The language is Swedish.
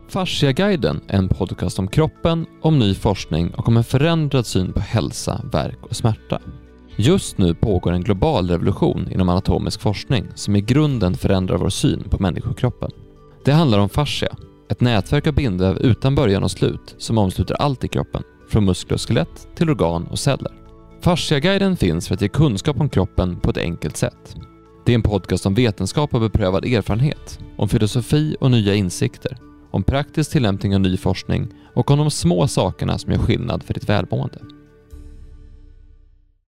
Fasciaguiden är en podcast om kroppen, om ny forskning och om en förändrad syn på hälsa, värk och smärta. Just nu pågår en global revolution inom anatomisk forskning som i grunden förändrar vår syn på människokroppen. Det handlar om fascia, ett nätverk av bindväv utan början och slut som omsluter allt i kroppen, från muskler och skelett till organ och celler. Fasciaguiden finns för att ge kunskap om kroppen på ett enkelt sätt. Det är en podcast om vetenskap och beprövad erfarenhet, om filosofi och nya insikter, om praktisk tillämpning av ny forskning och om de små sakerna som gör skillnad för ditt välmående.